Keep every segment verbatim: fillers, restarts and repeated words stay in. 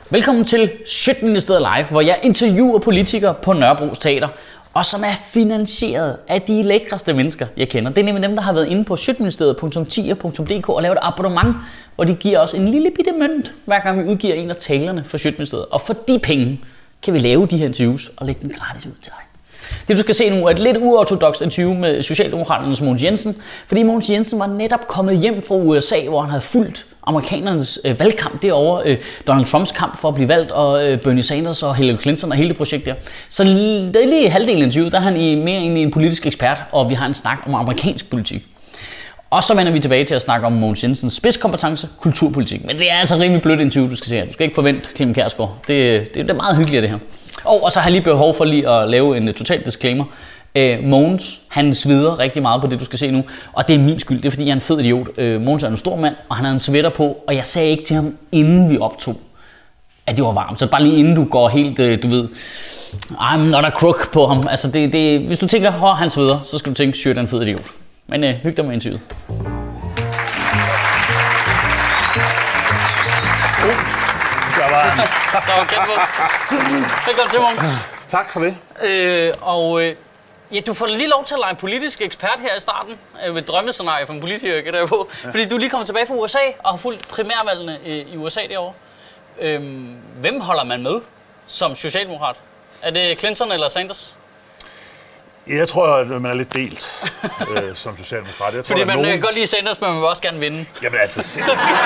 Velkommen til Sjøtministeriet Live, hvor jeg interviewer politikere på Nørrebros Teater, og som er finansieret af de lækreste mennesker, jeg kender. Det er nemlig dem, der har været inde på sjøtministeriet punktum tier punktum d k og lavet et abonnement, hvor de giver os en lille bitte mønt, hver gang vi udgiver en af talerne for Sjøtministeriet. Og for de penge kan vi lave de her interviews og lægge dem gratis ud til dig. Det du skal se nu er et lidt uorthodox interview med Socialdemokraternes Mogens Jensen, fordi Mogens Jensen var netop kommet hjem fra U S A, hvor han havde fulgt amerikanernes øh, valgkamp derovre, øh, Donald Trumps kamp for at blive valgt, og øh, Bernie Sanders og Hillary Clinton og hele det projekt der. Så det er lige halvdelen af interviewet, der er han i, mere end en politisk ekspert, og vi har en snak om amerikansk politik. Og så vender vi tilbage til at snakke om Mogens Jensens spidskompetence, kulturpolitik. Men det er altså rimelig blødt interview, du skal se her. Du skal ikke forvente Clemen Kjærsgaard. Det, det, det er meget hyggeligt det her. Og, og så har jeg lige behov for lige at lave en total disclaimer. Øh, Mogens, han svider rigtig meget på det, du skal se nu. Og det er min skyld, det er fordi, jeg er en fed idiot. Øh, Mogens er en stor mand, og han har en sweater på. Og jeg sagde ikke til ham, inden vi optog, at det var varmt. Så bare lige inden du går helt, øh, du ved, I'm not a crook på ham. Altså, det, det, hvis du tænker, at han sveder, så skal du tænke, shit, er en fed idiot. Men øh, hyg dig med interviewet. Der var en. Der var genvåd. Velkommen til, Mogens. Tak for det. Øh, og øh, ja, du får lige lov til at lege politisk ekspert her i starten. Øh, ved drømmescenarie for en politiker, gætter jeg på. Ja. Fordi du er lige kommet tilbage fra U S A og har fulgt primærvalgene øh, i U S A derovre. Øh, hvem holder man med som socialdemokrat? Er det Clinton eller Sanders? Jeg tror, at man er lidt delt øh, som socialdemokrat. Jeg tror, Fordi man nogen... kan godt lide Sanders, men man vil også gerne vinde. Jamen altså...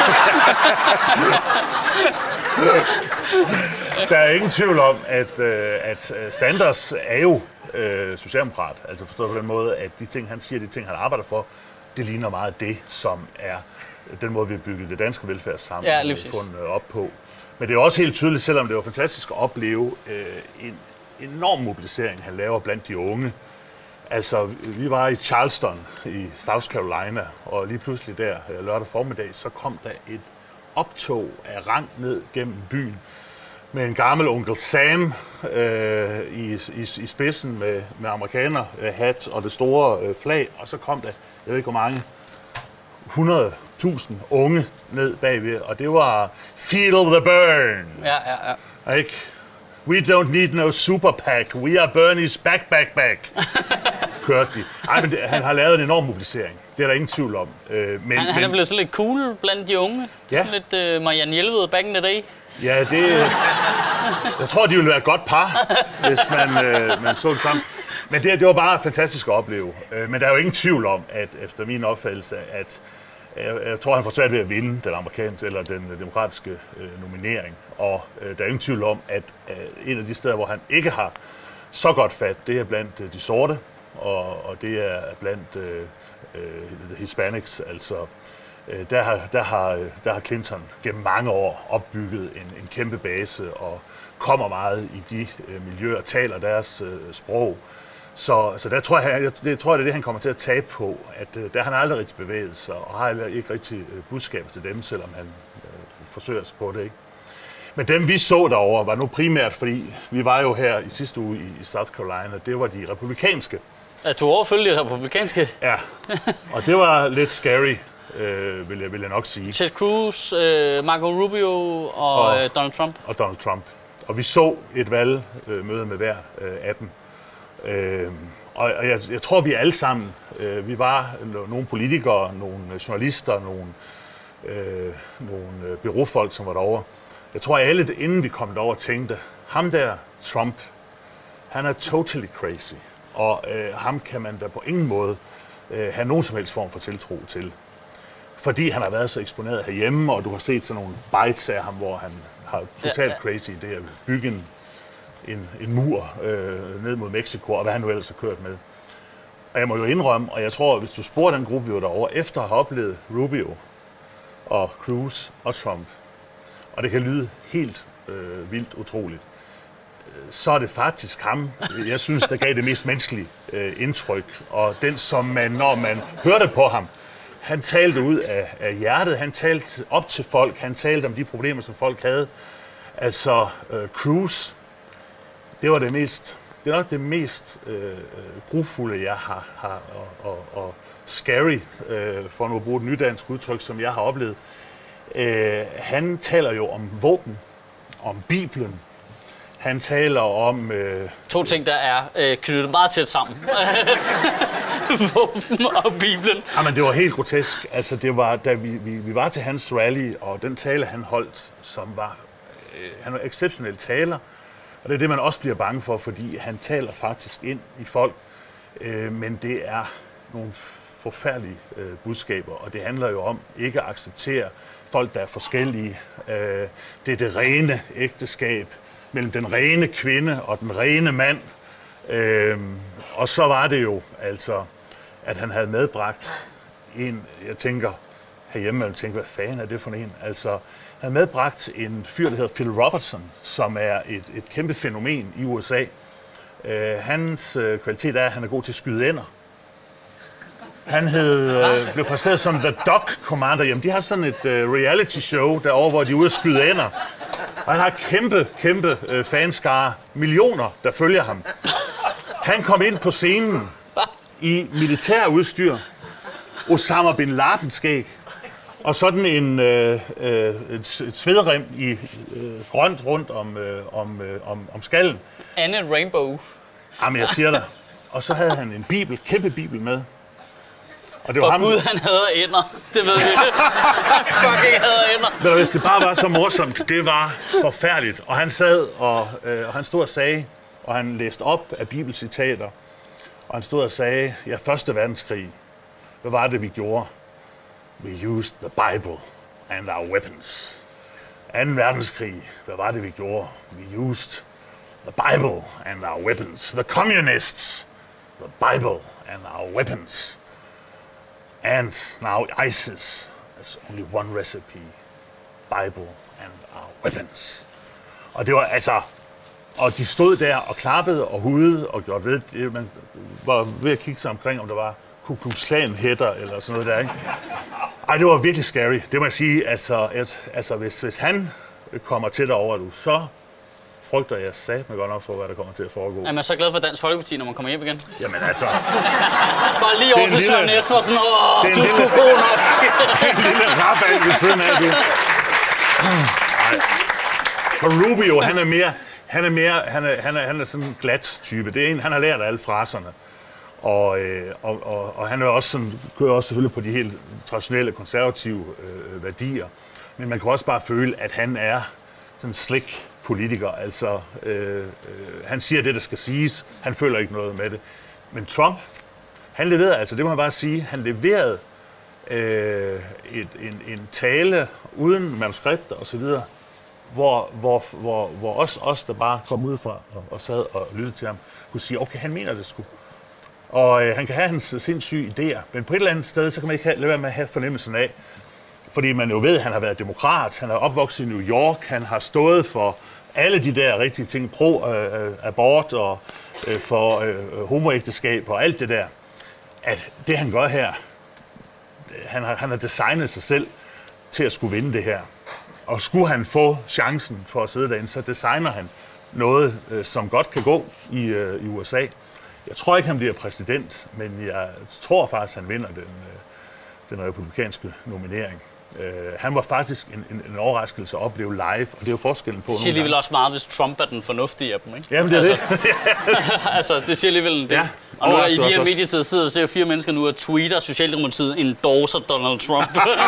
Der er ingen tvivl om, at, øh, at Sanders er jo øh, socialdemokrat. Altså forstået på den måde, at de ting, han siger, de ting, han arbejder for, det ligner meget det, som er den måde, vi har bygget det danske velfærdssamfund ja, op på. Men det er også helt tydeligt, selvom det var fantastisk at opleve øh, en enorm mobilisering, han laver blandt de unge. Altså, vi var i Charleston i South Carolina, og lige pludselig der lørdag formiddag, så kom der et optog af rang ned gennem byen med en gammel onkel Sam øh, i, i, i spidsen med, med amerikaner-hat og det store øh, flag, og så kom der, jeg ved ikke hvor mange, hundrede tusind unge ned bagved, og det var Feel the Burn. Ja, ja, ja. Ikke? We don't need no super pack. We are Bernie's back, back, back. Kørte de. Ej, men det, han har lavet en enorm mobilisering. Det er der ingen tvivl om. Øh, men, han, han er blevet sådan lidt cool blandt de unge. Det er ja. sådan lidt uh, Marianne Jelved back in the day. Ja, det... Jeg tror, de ville være et godt par, hvis man, øh, man så det sammen. Men det, det var bare fantastisk at opleve. Øh, men der er jo ingen tvivl om, at efter min opfattelse, at jeg, jeg tror, han får svært ved at vinde den amerikanske eller den demokratiske øh, nominering. Og øh, der er ingen tvivl om, at øh, en af de steder, hvor han ikke har så godt fat, det er blandt øh, de sorte, og, og det er blandt øh, øh, hispanics. Altså, øh, der, har, der, har, der har Clinton gennem mange år opbygget en, en kæmpe base og kommer meget i de øh, miljøer, taler deres øh, sprog. Så, så der tror jeg, jeg, det tror jeg, det er det, han kommer til at tabe på, at øh, der han aldrig rigtig bevæget sig, og har heller ikke rigtig øh, budskaber til dem, selvom han øh, forsøger sig på det, ikke? Men dem, vi så derovre, var nu primært, fordi vi var jo her i sidste uge i, i South Carolina, det var de republikanske. Ja, du overfølgede de republikanske? Ja, og det var lidt scary, øh, vil, jeg, vil jeg nok sige. Ted Cruz, øh, Marco Rubio og, og øh, Donald Trump. Og Donald Trump. Og vi så et valgmøde øh, med hver øh, af dem. Øh, og jeg, jeg tror, vi alle sammen, øh, vi var nogle politikere, nogle journalister, nogle, øh, nogle bureaufolk, som var derovre. Jeg tror, alle, inden vi kom derover, tænkte, ham der, Trump, han er totally crazy. Og øh, ham kan man da på ingen måde øh, have nogen som helst form for tiltro til. Fordi han har været så eksponeret herhjemme, og du har set sådan nogle bites af ham, hvor han har totalt ja, ja. crazy det at bygge en, en, en mur øh, ned mod Mexico, og hvad han nu ellers har kørt med. Og jeg må jo indrømme, og jeg tror, hvis du spurgte den gruppe, vi var derovre, efter at have oplevet Rubio og Cruz og Trump, og det kan lyde helt øh, vildt utroligt, så er det faktisk ham, jeg synes, der gav det mest menneskelige øh, indtryk. Og den, som man, når man hørte på ham, han talte ud af, af hjertet, han talte op til folk, han talte om de problemer, som folk havde. Altså, øh, Cruz, det var det mest, det er nok det mest øh, grufulde, jeg har, har og, og, og scary, øh, for nu at bruge et nydansk udtryk, som jeg har oplevet. Øh, han taler jo om våben om Bibelen. Han taler om... Øh, to ting, der er øh, knyttet meget tæt sammen. Våben og Bibelen. Jamen, det var helt grotesk. Altså, det var, da vi, vi, vi var til hans rally, og den tale, han holdt, som var... Øh, han var exceptionel taler. Og det er det, man også bliver bange for, fordi han taler faktisk ind i folk. Øh, men det er nogle forfærdelige øh, budskaber, og det handler jo om ikke at acceptere folk, der er forskellige. Øh, det er det rene ægteskab mellem den rene kvinde og den rene mand. Øh, og så var det jo altså, at han havde medbragt en, jeg tænker, herhjemme, jeg tænker, hvad fanden er det for en? Altså, han havde medbragt en fyr, der hedder Phil Robertson, som er et, et kæmpe fænomen i U S A. Øh, hans øh, kvalitet er, at han er god til at skyde ender. Han hed, øh, blev præsenteret som The Dog Commander. Jamen, de har sådan et øh, reality show derovre, hvor de er ude at skyde ender. Og han har kæmpe, kæmpe øh, fanskare. Millioner, der følger ham. Han kom ind på scenen i militærudstyr. Osama Bin Laden skæg. Og sådan en, øh, øh, et, et svedrem i øh, grønt rundt om, øh, om, øh, om, om skallen. Anne Rainbow. Jamen, jeg siger dig. Og så havde han en bibel, kæmpe bibel med. Og det var For ham. Gud, han havde ender. Det ved vi. Han fucking havde ender. Men hvis det bare var så morsomt, det var forfærdeligt. Og han sad, og, øh, og han stod og sagde, og han læste op af bibelcitater, og han stod og sagde, ja, første verdenskrig, hvad var det, vi gjorde? We used the Bible and our weapons. Anden verdenskrig, hvad var det, vi gjorde? We used the Bible and our weapons. The communists, the Bible and our weapons. And now ISIS has only one recipe, Bible and our weapons. Og det var altså, og de stod der og klappede og hudede og gjorde ved, det, man var ved at kigge sig omkring, om der var Ku Klux Klan hætter eller sådan noget der, ikke? Ej, det var virkelig scary. Det må jeg sige, altså, at, altså hvis, hvis han kommer til derovre, du, så frygter jeg satme godt nok for, hvad der kommer til at foregå. Er man så glad for Dansk Folkeparti, når man kommer hjem igen? Jamen altså... Bare lige over til Søren Espersen. Åh, du skulle god nok. En lille rabat ved siden af det. Og Rubio, han er mere... Han er mere... Han er, han er, han er sådan en glat type. Det er en, han har lært af alle fraserne. Og, øh, og, og, og han er også sådan, kører også selvfølgelig på de helt traditionelle konservative øh, værdier. Men man kan også bare føle, at han er sådan slik politiker. Altså, øh, øh, han siger det, der skal siges. Han føler ikke noget med det. Men Trump, han leverede, altså det må man bare sige, han leverede øh, et, en, en tale uden manuskripter og så videre, hvor, hvor, hvor, hvor os, os, der bare kom ud fra og, og sad og lyttede til ham, kunne sige, okay, han mener det sgu. Og øh, han kan have hans sindssyge idéer, men på et eller andet sted, så kan man ikke have, lade være med at have fornemmelsen af, fordi man jo ved, at han har været demokrat, han er opvokset i New York, han har stået for alle de der rigtige ting, pro-abort øh, og øh, for øh, homoægteskab og alt det der, at det han gør her, han har, han har designet sig selv til at skulle vinde det her. Og skulle han få chancen for at sidde derinde, så designer han noget, øh, som godt kan gå i, øh, i U S A. Jeg tror ikke, han bliver præsident, men jeg tror faktisk, han vinder den, øh, den republikanske nominering. Uh, han var faktisk en, en, en overraskelse at opleve live, og det er jo forskellen på... Det siger alligevel også meget, hvis Trump er den fornuftige af dem, ikke? Jamen, det er altså, det. altså, det siger alligevel det. Ja, og nu er i de her medietider sidder der ser fire mennesker nu og tweeter Socialdemokratiet endorser Donald Trump.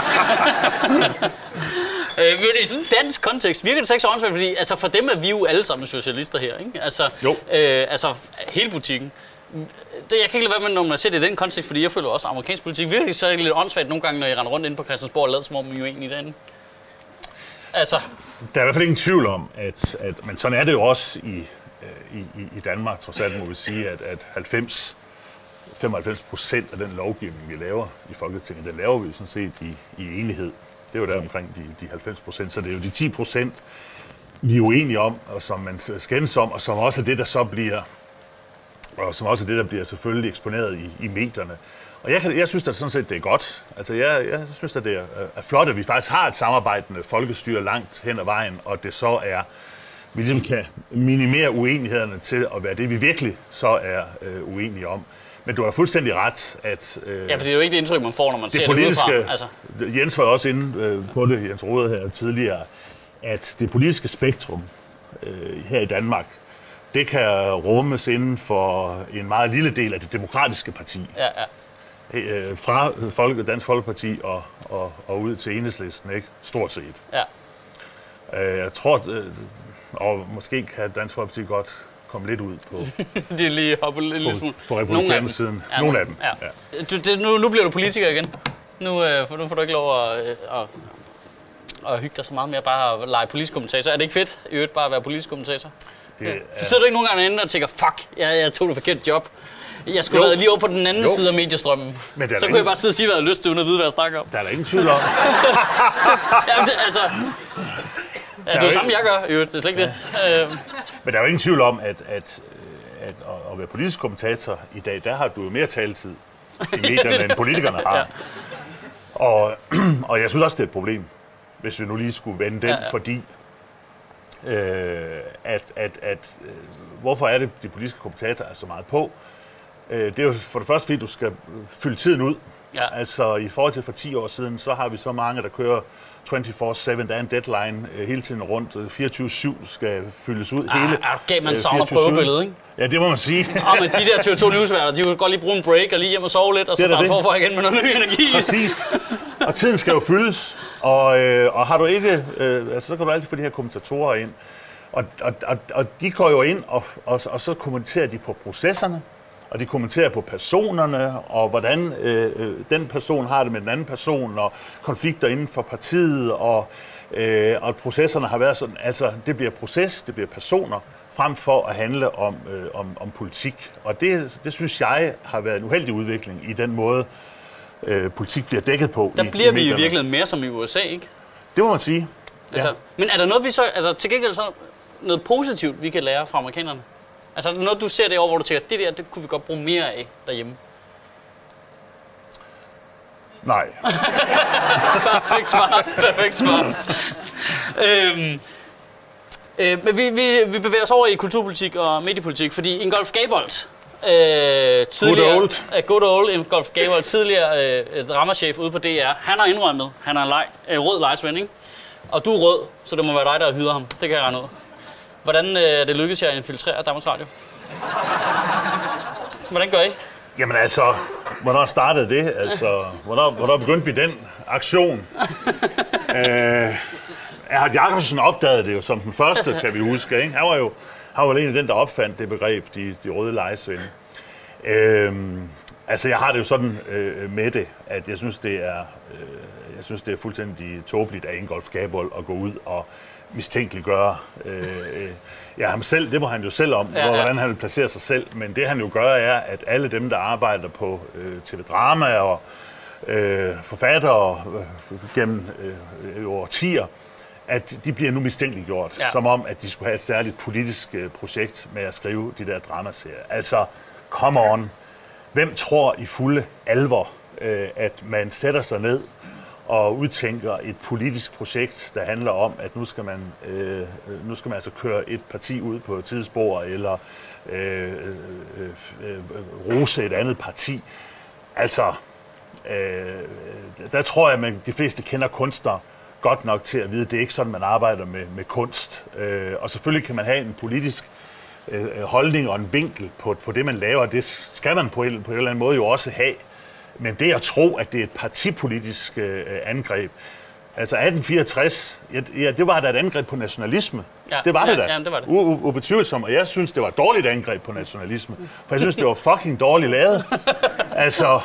øh, men i sådan en dansk kontekst virker det så ikke så åndssvagt, fordi altså, for dem er vi jo alle sammen socialister her, ikke? Altså, øh, altså hele butikken. Det, jeg kan ikke lade være med, når man ser det i den kontekst, fordi jeg føler også amerikansk politik virkelig så er det lidt åndssvagt nogle gange, når jeg render rundt inde på Christiansborg og lader som om, I jo egentlig derinde. Altså. Der er i hvert fald ingen tvivl om, at, at men sådan er det jo også i, i, i Danmark, trods alt må vi sige, at, at halvfems, femoghalvfems procent af den lovgivning, vi laver i Folketinget, den laver vi jo sådan set i, i enighed. Det er jo der omkring de, de halvfems procent, så det er jo de ti procent, vi er uenige om, og som man skændes om, og som også er det, der så bliver og som også er det, der bliver selvfølgelig eksponeret i, i medierne. Og jeg, kan, jeg synes at sådan set, det er godt. Altså, jeg, jeg synes at det er, er flot, at vi faktisk har et samarbejdende folkestyre langt hen ad vejen, og det så er, vi ligesom kan minimere uenighederne til at være det, vi virkelig så er øh, uenige om. Men du har fuldstændig ret, at... Øh, ja, for det er jo ikke det indtryk, man får, når man det ser politiske, det udefra. Altså. Jens var også inde øh, på det, Jens Rohde her tidligere, at det politiske spektrum øh, her i Danmark, det kan rummes inden for en meget lille del af det demokratiske parti. Ja, ja. Øh, fra Folke, Dansk Folkeparti og, og, og ud til Enhedslisten, ikke? Stort set. Ja. Øh, jeg tror, øh, og måske kan Dansk Folkeparti godt komme lidt ud på, de er lige hoppet lidt på, smule. på republikanersiden. Ja, nogle af dem. Ja. Ja. Du, det, nu, nu bliver du politiker igen. Nu, øh, for, nu får du ikke lov at, øh, at, at hygge dig så meget mere bare at lege politisk kommentator. Er det ikke fedt i øvrigt bare at være politisk kommentator? Det, ja. Så sidder du ikke nogen gange inde og tænker, fuck, jeg, jeg tog det forkert job. Jeg skulle have været lige over på den anden jo. side af mediestrømmen. Så kunne ingen... jeg bare sidde og sige, hvad jeg havde lyst til, uden at vide, hvad jeg snakker om. Der er der ingen tvivl om. Jamen, det, altså... Ja, det er det samme, jeg gør, i øvrigt. Det er slet ikke ja. det. Men der er jo ingen tvivl om, at, at, at at være politisk kommentator i dag, der har du jo mere taletid i medierne, end politikerne har. Ja. Og, og jeg synes også, det er et problem, hvis vi nu lige skulle vende den, ja, ja. fordi øh, at, at, at øh, hvorfor er det, de politiske kommentatorer er så meget på? Øh, det er jo for det første, fordi du skal fylde tiden ud. Ja. Altså i forhold til for ti år siden, så har vi så mange, der kører toogtyve syv, der er en deadline øh, hele tiden rundt. fireogtyve syv skal fyldes ud. Ah, hele, ah, gav man savner prøvebilledet, ikke? Ja, det må man sige. Ah, men de der T V to News-værter, de kunne godt lige bruge en break og lige hjem og sove lidt, og så starte forfra igen med noget ny energi. Præcis. Og tiden skal jo fyldes, og, øh, og har du ikke, øh, altså så kan du altid få de her kommentatorer ind, og, og, og, og de går jo ind, og, og, og så kommenterer de på processerne, og de kommenterer på personerne, og hvordan øh, den person har det med den anden person, og konflikter inden for partiet, og, øh, og processerne har været sådan, altså det bliver proces, det bliver personer, frem for at handle om, øh, om, om politik. Og det, det synes jeg har været en uheldig udvikling i den måde, øh, politik bliver dækket på. Der i, bliver i vi i virkeligheden mere som i U S A, ikke? Det må man sige. Altså, ja. Men er der noget, vi så, er der til gengæld så noget positivt, vi kan lære fra amerikanerne? Altså er der noget, du ser derovre, hvor du tænker, det der, det kunne vi godt bruge mere af derhjemme? Nej. Perfekt svar. Perfekt svar. øhm, øh, men vi, vi, vi bevæger os over i kulturpolitik og mediepolitik, fordi Ingolf Gabold, øh, tidligere, good old. Uh, good old Ingolf Gabold, tidligere øh, dramachef ude på D R, han har indrømmet, han er en leg, øh, rød lejesvend, ikke? Og du er rød, så det må være dig, der har hyret ham. Det kan jeg regne ud. Hvordan er øh, det lykkedes jer at infiltrere Danmarks Radio? Hvordan gør I? Jamen altså, hvornår startede det? Altså, hvornår, hvornår begyndte vi den aktion? øh, Erhard Jacobsen opdagede det jo som den første, kan vi huske. Ikke? Han var jo han var en af den, der opfandt det begreb, de, de røde lejesvende. Øh, altså, jeg har det jo sådan øh, med det, at jeg synes, det er, øh, jeg synes, det er fuldstændig tåbeligt af Ingolf Gabold at gå ud og mistænkeliggøre. Øh, ja, ham selv, det må han jo selv om, ja, ja. hvordan han vil placere sig selv, men det han jo gør er, at alle dem, der arbejder på øh, T V-drama og øh, forfattere øh, gennem øh, årtier, at de bliver nu mistænkeliggjort, ja. som om, at de skulle have et særligt politisk øh, projekt med at skrive de der dramaserier. Altså, come on. Hvem tror i fulde alvor, øh, at man sætter sig ned og udtænker et politisk projekt, der handler om, at nu skal man, øh, nu skal man altså køre et parti ud på et tidsspor, eller øh, øh, øh, rose et andet parti. Altså, øh, der tror jeg, at de fleste kender kunstnere godt nok til at vide, at det er ikke sådan, man arbejder med, med kunst. Øh, og selvfølgelig kan man have en politisk øh, holdning og en vinkel på, på det, man laver. Det skal man på en, på en eller anden måde jo også have. Men det at tro, at det er et partipolitisk øh, angreb, altså atten fireogtres, ja, ja, det var da et angreb på nationalisme. Ja, det var det da. Ja, det var det. U- ubetvivlsomt, og jeg synes, det var et dårligt angreb på nationalisme. For jeg synes, det var fucking dårligt lavet. Altså,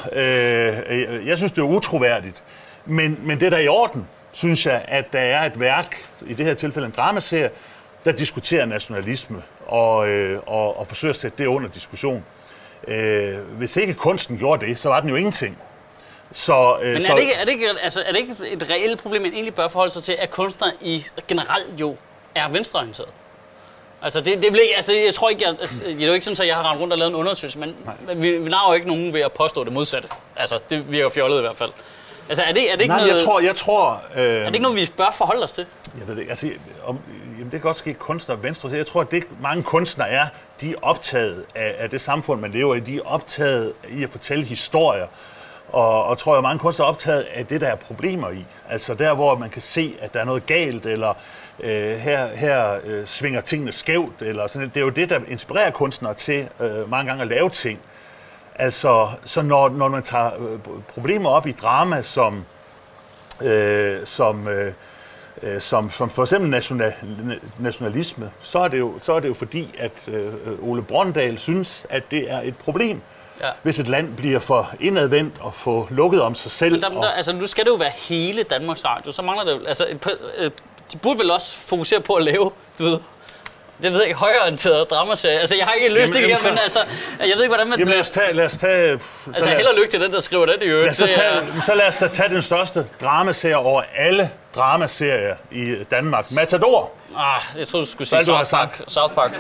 øh, jeg synes, det var utroværdigt. Men, men det er da i orden, synes jeg, at der er et værk, i det her tilfælde en dramaserie, der diskuterer nationalisme og, øh, og, og forsøger at sætte det under diskussion. Øh, hvis ikke kunsten gjorde det, så var den jo ingenting. Så, øh, Men er, så, det ikke, er, det ikke, altså, er det ikke et reelt problem, man egentlig bør forholde sig til, at kunstnere i generelt jo er venstreorienteret? Altså, det, det er ikke, altså, jeg tror ikke, jeg, altså, det er jo ikke sådan, at jeg har rendt rundt og lavet en undersøgelse, men vi, vi har jo ikke nogen ved at påstå det modsatte. Altså, det virker fjollet i hvert fald. Altså, er det, er det ikke Nej, noget... jeg tror, jeg tror... Øh, er det ikke noget, vi bør forholde os til? Jeg ved det ikke. Altså, om, jamen, det kan godt ske kunstnere venstre. Jeg tror, at det mange kunstnere er, de er optaget af, af det samfund, man lever i. De er optaget i at fortælle historier. Og, og tror jeg, mange kunstnere er optaget af det, der er problemer i. Altså der, hvor man kan se, at der er noget galt, eller øh, her, her øh, svinger tingene skævt, eller sådan. Det er jo det, der inspirerer kunstnere til øh, mange gange at lave ting. Altså, så når, når man tager øh, problemer op i drama, som, øh, som, øh, som, som for eksempel national, nationalisme, så er, det jo, så er det jo fordi, at øh, Ole Brøndal synes, at det er et problem, ja. Hvis et land bliver for indadvendt og få lukket om sig selv. Men der, der, og... altså, nu skal det jo være hele Danmarks Radio, så mangler det jo... Altså, de burde vel også fokusere på at lave, du ved... Det ved jeg ikke, højreorienterede dramaserier. Altså, jeg har ikke lyst til det her, men altså, jeg ved ikke, hvordan man... Jamen, lad os tage... Lad os tage altså, held og lykke til den, der skriver den i øvrigt. Så, tage, så lad os da tage den største dramaserie over alle dramaserier i Danmark. Matador. Ah, jeg troede, du skulle sige South Park. South Park.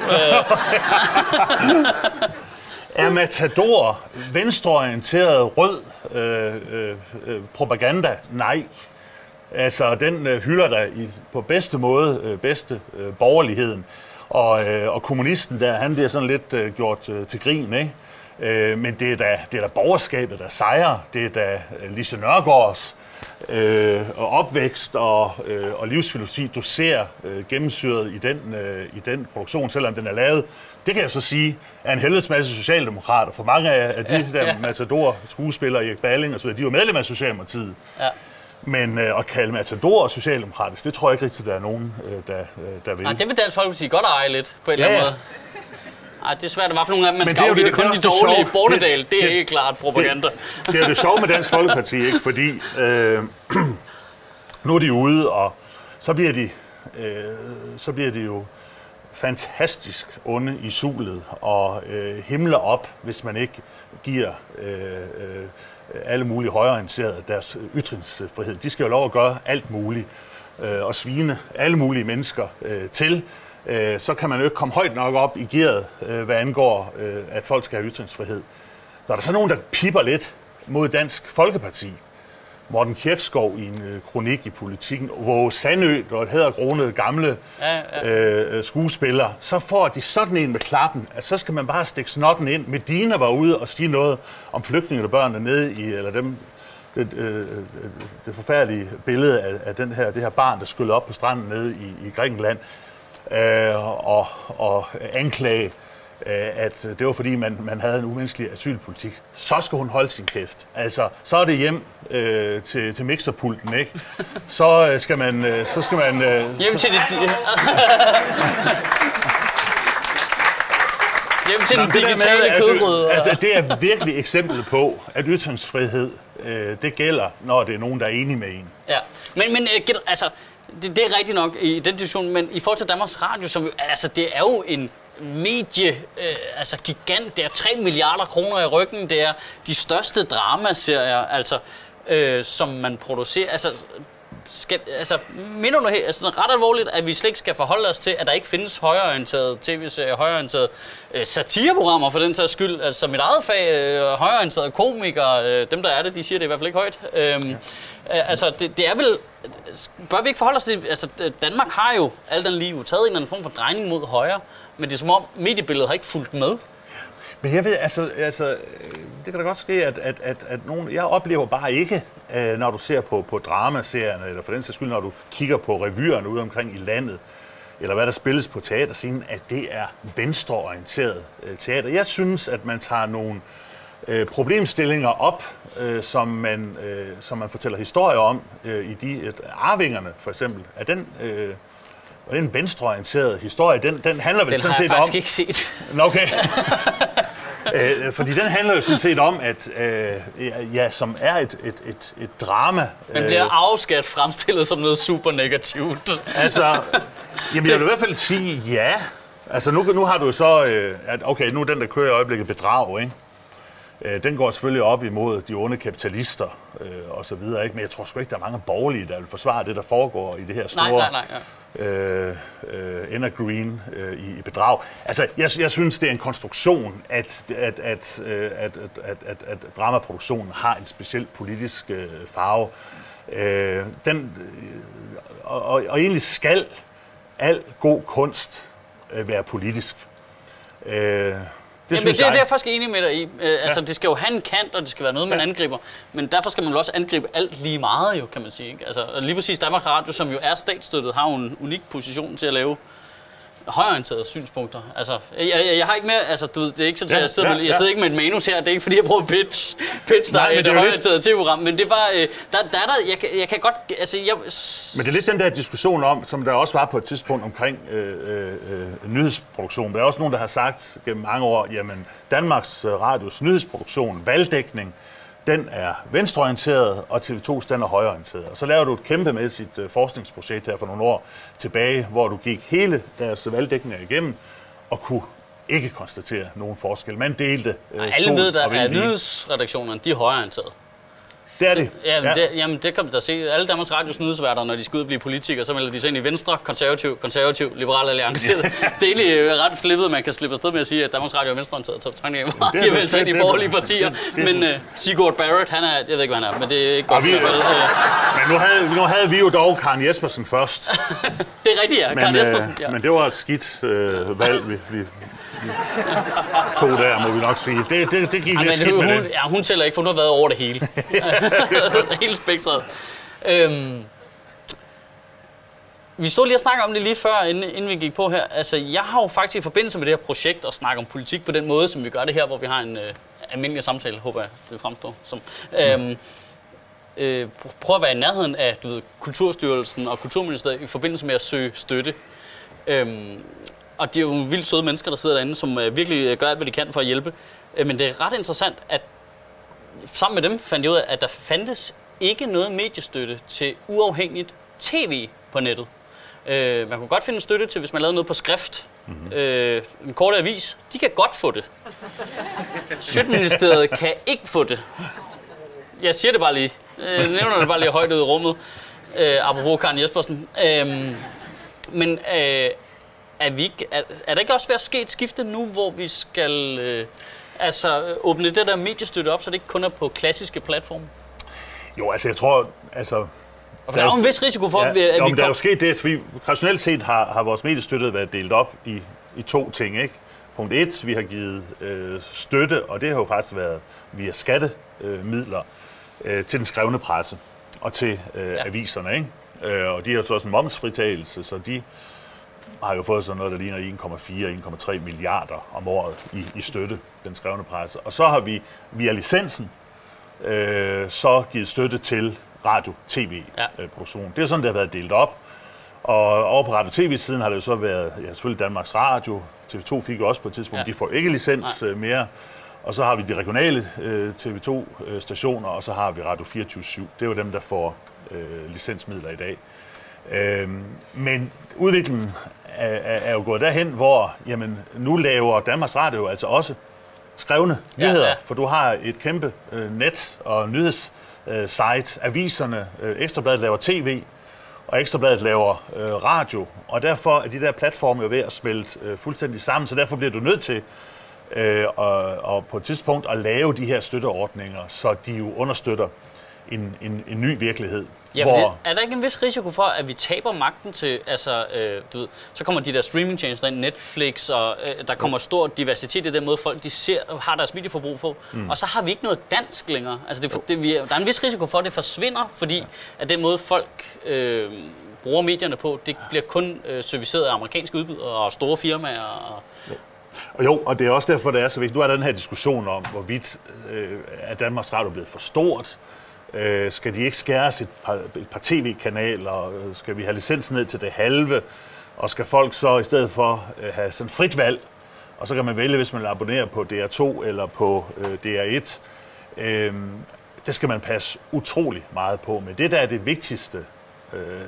Er Matador venstreorienteret rød øh, øh, propaganda? Nej. Altså, den øh, hylder der i, på bedste måde øh, bedste øh, borgerligheden. Og, øh, og kommunisten der, han bliver sådan lidt øh, gjort øh, til grin, ikke? Øh, men det er, da, det er da borgerskabet, der sejrer. Det er da øh, Lise Nørgaards øh, og opvækst og, øh, og livsfilosofi, du ser øh, gennemsyret i den, øh, i den produktion, selvom den er lavet. Det kan jeg så sige, er en helvedes masse socialdemokrater. For mange af, af de ja, der ja. Matador-skuespillere, Erik Balling og så videre, de er jo medlemmer af Socialdemokratiet. Ja. Men øh, at kalde Matador socialdemokratisk, det tror jeg ikke rigtig, der er nogen, øh, der, øh, der vil. Ej, det vil Dansk Folkeparti godt eje lidt, på en ja, eller anden måde. Ej, det er svært, at der var for nogle af dem, man skal afgive det, det kun de dårlige. Bornedal, det, det er ikke klart propaganda. Det, det er det sjove med Dansk Folkeparti, ikke? Fordi øh, nu er de ude, og så bliver de, øh, så bliver de jo fantastisk onde i sulet og øh, himler op, hvis man ikke giver øh, øh, alle mulige højreorienterede deres ytringsfrihed. De skal jo lov at gøre alt muligt øh, og svine alle mulige mennesker øh, til. Øh, så kan man jo ikke komme højt nok op i gearet, øh, hvad angår, øh, at folk skal have ytringsfrihed. Så er der så nogen, der pipper lidt mod Dansk Folkeparti. Morten Kirkskov i en øh, kronik i Politikken, hvor Sandø, der et hæderkronet gamle ja, ja. Øh, skuespiller, så får de sådan en med klappen, at så skal man bare stikke snotten ind. Medina var ude og sige noget om flygtninge og børnene nede i, eller dem, det, øh, det forfærdelige billede af, af den her, det her barn, der skyllede op på stranden nede i, i Grækenland, øh, og, og anklage, at det var fordi, man, man havde en umenneskelig asylpolitik. Så skal hun holde sin kæft. Altså, så er det hjem øh, til, til mixerpulten, ikke? Så øh, skal man... Øh, så skal man øh, hjem til det... hjem til den digitale kødgrøde. At, at det er virkelig eksempel på, at ytringsfrihed, øh, det gælder, når det er nogen, der er enige med en. Ja, men, men altså, det, det er rigtigt nok i den diskussion, men i forhold til Danmarks Radio, som jo, altså, det er jo en medie, øh, altså gigant, det er tre milliarder kroner i ryggen, det er de største dramaserier, altså, øh, som man producerer, altså, skal, altså, mener du altså, ret alvorligt, at vi slet ikke skal forholde os til, at der ikke findes højreorienterede tv-serier, højreorienterede øh, satireprogrammer for den sags skyld, altså mit eget fag, øh, højreorienterede komikere, øh, dem der er det, de siger det i hvert fald ikke højt. Øh, ja. øh, altså, det, det er vel, bør vi ikke forholde os til, altså Danmark har jo alt den liv taget en eller anden form for drejning mod højre, men det er som om mediebilledet har ikke fulgt med. Men jeg ved, altså, altså det kan da godt ske, at, at, at, at nogen, jeg oplever bare ikke, øh, når du ser på, på dramaserierne, eller for den sags skyld, når du kigger på revyerne ude omkring i landet, eller hvad der spilles på teaterscenen, at det er venstreorienteret øh, teater. Jeg synes, at man tager nogle øh, problemstillinger op, øh, som, man, øh, som man fortæller historier om øh, i de et, Arvingerne, for eksempel. Er den... Øh, Og den venstreorienterede historie, den, den handler vel den sådan set om... Den har jeg faktisk ikke set. Okay. øh, fordi den handler jo sådan set om, at øh, ja, som er et, et, et, et drama... Men bliver øh, arveskat fremstillet som noget super negativt? Altså, jamen jeg vil i hvert fald sige ja. Altså nu, nu har du så... Øh, at okay, nu er den, der kører i øjeblikket bedrag, ikke? Øh, den går selvfølgelig op imod de onde kapitalister øh, og så videre, ikke? Men jeg tror sgu ikke, der er mange borgerlige, der vil forsvare det, der foregår i det her store... Nej, nej, nej, ja. Øh, øh, Ender Green øh, i, i bedrag. Altså, jeg, jeg synes, det er en konstruktion, at, at, at, at, at, at, at, at dramaproduktionen har en speciel politisk øh, farve. Øh, den, øh, og, og egentlig skal al god kunst øh, være politisk. Øh, Jamen, det, det er jeg faktisk enig med dig i. Øh, altså, ja. Det skal jo have en kant, og det skal være noget, man ja. angriber. Men derfor skal man jo også angribe alt lige meget, jo, kan man sige. Ikke? Altså, lige præcis Danmarks Radio, som jo er statsstøttet, har jo en unik position til at lave højorienterede synspunkter. Altså, jeg, jeg, jeg har ikke mere, altså, du ved, det er ikke sådan, at ja, jeg sidder, ja, ja. jeg sidder ikke med et manus her, det er ikke fordi, jeg prøver at pitch, pitch der er et højorienteret tv-program, men det var, øh, der, der er der, jeg, jeg kan godt, altså, jeg... Men det er lidt den der diskussion om, som der også var på et tidspunkt omkring øh, øh, nyhedsproduktion. Der er også nogen, der har sagt gennem mange år, jamen, Danmarks Radios nyhedsproduktion, valgdækning, den er venstreorienteret, og T V to den er højreorienteret. Og så laver du et kæmpemæssigt uh, forskningsprojekt her for nogle år tilbage, hvor du gik hele deres valgdækninger igennem, og kunne ikke konstatere nogen forskel. Man delte uh, Alle sol ved, der og er nyhedsredaktionerne, de er højreorienteret. Det er det. det ja, ja. Det, jamen, det kan man da se. Alle Danmarks Radios nyhedsværter, når de skal ud og blive politikere, så melder de sig ind i Venstre, konservativ, konservativ, liberal alliance. Det er egentlig ret flippet, man kan slippe afsted med at sige, at Danmarks Radio er venstreorienteret til betragtning af, hvor de har meldt sig ind i borgerlige partier. Men uh, Sigurd Barrett, han er, jeg ved ikke, hvad han er, men det er ikke godt. Vi, i hvert fald. Men nu havde, nu havde vi jo dog Karen Jespersen først. Det er rigtigt, ja. Men, Karen Jespersen, ja. Men det var et skidt øh, valg, vi, vi to der, må vi nok sige. Det, det, det gik ja, lidt skidt hun, med hun, det. Ja, hun tæller ikke, for hun har været over det hele. Hele spektret. Øhm, vi stod lige og snakkede om det lige før, inden, inden vi gik på her. Altså, jeg har jo faktisk i forbindelse med det her projekt at snakke om politik på den måde, som vi gør det her, hvor vi har en øh, almindelig samtale, håber jeg, det fremstår som. Mm. Øhm, øh, prøv at være i nærheden af, du ved, Kulturstyrelsen og Kulturministeriet i forbindelse med at søge støtte. Øhm, Og det er jo vildt søde mennesker, der sidder derinde, som øh, virkelig gør alt, hvad de kan for at hjælpe. Øh, men det er ret interessant, at sammen med dem fandt jeg ud af, at der fandtes ikke noget mediestøtte til uafhængigt tv på nettet. Øh, man kunne godt finde støtte til, hvis man lavede noget på skrift. Mm-hmm. Øh, en kort avis, de kan godt få det. Sjøtministeriet kan ikke få det. Jeg siger det bare lige. Jeg nævner det bare lige højt ud i rummet. Øh, apropos Karen Jespersen. Øh, men... Øh, Er, vi ikke, er, er der ikke også ved at ske et skifte nu, hvor vi skal øh, altså, åbne det der mediestøtte op, så det ikke kun er på klassiske platforme? Jo, altså jeg tror... Altså, og der, der er jo en vis risiko for, ja, at vi, at jo, vi der er jo sket det, fordi traditionelt set har, har vores mediestøtte været delt op i, i to ting. Ikke? Punkt et, vi har givet øh, støtte, og det har jo faktisk været via skattemidler øh, til den skrevne presse og til øh, ja. aviserne. Ikke? Øh, og de har så også en momsfritagelse, så de... har jo fået sådan noget, der ligner en komma fire til en komma tre milliarder om året i, i støtte, den skrevne presse. Og så har vi via licensen øh, så givet støtte til radio-tv-produktion. Ja. Det er sådan, det har været delt op. Og over på radio-tv-siden har det jo så været, ja, selvfølgelig Danmarks Radio, T V to fik jo også på et tidspunkt, ja. de får ikke licens øh, mere. Og så har vi de regionale øh, T V to-stationer, og så har vi Radio fireogtyve syv. Det er jo dem, der får øh, licensmidler i dag. Øh, men udviklingen er, er jo gået derhen, hvor jamen, nu laver Danmarks Radio altså også skrevne ja, nyheder, ja. For du har et kæmpe øh, net- og nyhedssite, aviserne, øh, Ekstrabladet laver tv, og Ekstrabladet laver øh, radio, og derfor er de der platforme jo ved at smelte øh, fuldstændig sammen, så derfor bliver du nødt til øh, og, og på et tidspunkt at lave de her støtteordninger, så de jo understøtter en, en, en ny virkelighed. Ja, for hvor... er der ikke en vis risiko for, at vi taber magten til, altså, øh, du ved, så kommer de der streamingtjenester ind, Netflix, og øh, der kommer stor diversitet i den måde, folk de ser, har deres medieforbrug på, mm. og så har vi ikke noget dansk længere. Altså, det, det, vi, der er en vis risiko for, at det forsvinder, fordi at den måde, folk øh, bruger medierne på, det bliver kun øh, serviceret af amerikanske udbydere og store firmaer. Og... Og jo, og det er også derfor, det er så vigtigt. Nu er der den her diskussion om, hvorvidt øh, er Danmarks Radio blevet for stort. Øh, skal de ikke skæres et par, et par tv-kanaler? Skal vi have licens ned til det halve? Og skal folk så i stedet for øh, have sådan frit valg? Og så kan man vælge, hvis man abonnerer på D R to eller på øh, D R et. Øh, det skal man passe utrolig meget på med. Det, der er det vigtigste øh, øh,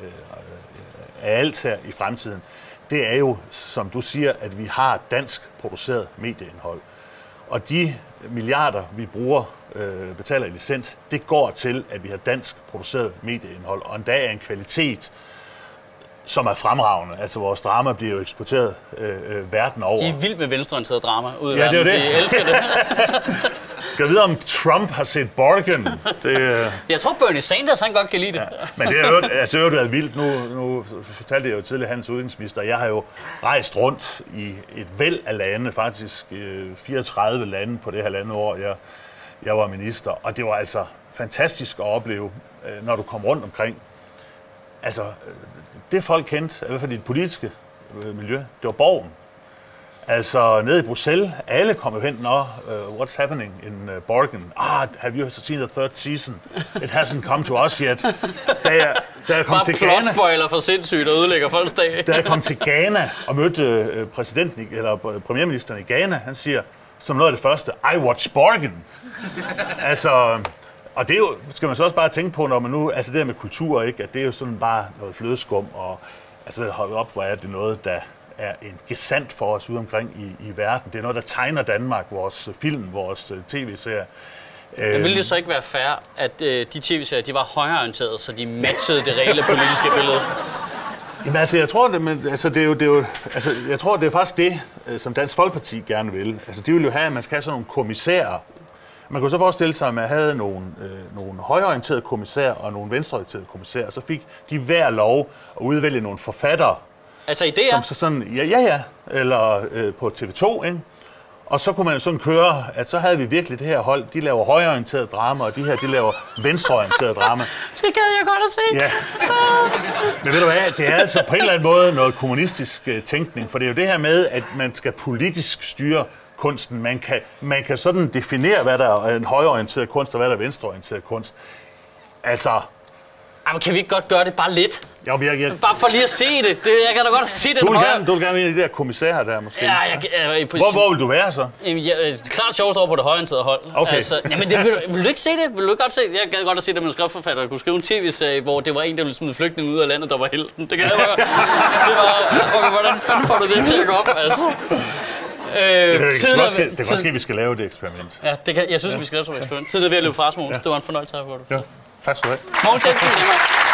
af alt her i fremtiden, det er jo, som du siger, at vi har dansk produceret medieindhold. Og de milliarder, vi bruger, øh, betaler i licens, det går til, at vi har dansk produceret medieindhold, og endda er en kvalitet, som er fremragende. Altså, vores drama bliver jo eksporteret øh, øh, verden over. De er vildt med venstreorienteret drama ude i ja, verden. Det er det. De elsker det. Skal vide, om Trump har set Borgen. Det, jeg tror, Bernie Sanders han godt kan lide det. Ja, men det har jo altså, det været vildt. Nu, nu fortalte jeg jo tidligere hans udenrigsminister. Jeg har jo rejst rundt i et væld af lande, faktisk fireogtredive lande på det her lande år, jeg, jeg var minister. Og det var altså fantastisk at opleve, når du kom rundt omkring. Altså, det folk kendte, i hvert fald i det politiske miljø, det var Borgen. Altså, nede i Bruxelles, alle kom jo hen, nå, uh, what's happening in uh, Borgen? Ah, have you seen the third season? It hasn't come to us yet. Da jeg, da jeg kom Bare til Ghana... Bare spoiler for sindssygt og ødelægger folks dag. Da jeg kom til Ghana og mødte uh, præsidenten, eller premierministeren i Ghana, han siger, som noget af det første, I watch Borgen. Altså... Og det er jo, skal man så også bare tænke på, når man nu, altså det der med kultur, ikke, at det er jo sådan bare noget flødeskum, og altså ved at holde op, hvor er det noget, der er en gesandt for os ude omkring i, i verden. Det er noget, der tegner Danmark, vores film, vores uh, tv-serier. Men ville det så ikke være fair, at uh, de tv-serier, de var højreorienterede, så de matchede det reelle politiske billede? Jamen altså, jeg tror, det, men, altså, det er jo, det er jo, altså, jeg tror, det er faktisk det, som Dansk Folkeparti gerne vil. Altså, de vil jo have, at man skal have sådan nogle kommissærer. Man kunne så forestille sig, at man havde nogle, øh, nogle højreorienterede kommissærer og nogle venstreorienterede kommissærer, så fik de hver lov at udvælge nogle forfattere. Altså idéer? Som så sådan, ja, ja, ja, eller øh, på T V to, ikke? Og så kunne man sådan køre, at så havde vi virkelig det her hold, de laver højreorienteret drama, og de her, de laver venstreorienteret drama. Det gad jeg godt at se. Ja. Men ved du hvad, det er altså på en eller anden måde noget kommunistisk uh, tænkning, for det er jo det her med, at man skal politisk styre kunsten. Man kan, man kan sådan definere, hvad der er en højreorienteret kunst, og hvad der er venstreorienteret kunst. Altså... Jamen, kan vi ikke godt gøre det bare lidt? Jo, jeg, jeg... Bare for lige at se det. det jeg kan da godt se det. Du vil gerne, du vil gerne være en af de der kommissærer der, måske? Ja, jeg, jeg, jeg, hvor, hvor vil du være så? Jamen, jeg, klart sjovest over på det højreorienterede hold. Okay. Altså, jamen, det, vil, du, vil du ikke se det? Vil du ikke godt se det? Jeg gad godt at se det med en skriftforfatter, der kunne skrive en tv-serie, hvor det var en, der ville smide flygtninge ud af landet, der var helten. Det kan jeg bare... Det var... Okay, hvordan fanden får du det til at gå op, altså? Øh, det kan godt ske, det ske, vi skal lave det eksperiment. Ja, det kan, jeg synes, ja. vi skal lave det eksperiment. Tiden er ved at løbe fra os, Mogens. Ja. Det var en fornøjelse at have på dig. Ja, tak skal du have. Mogens Jensen,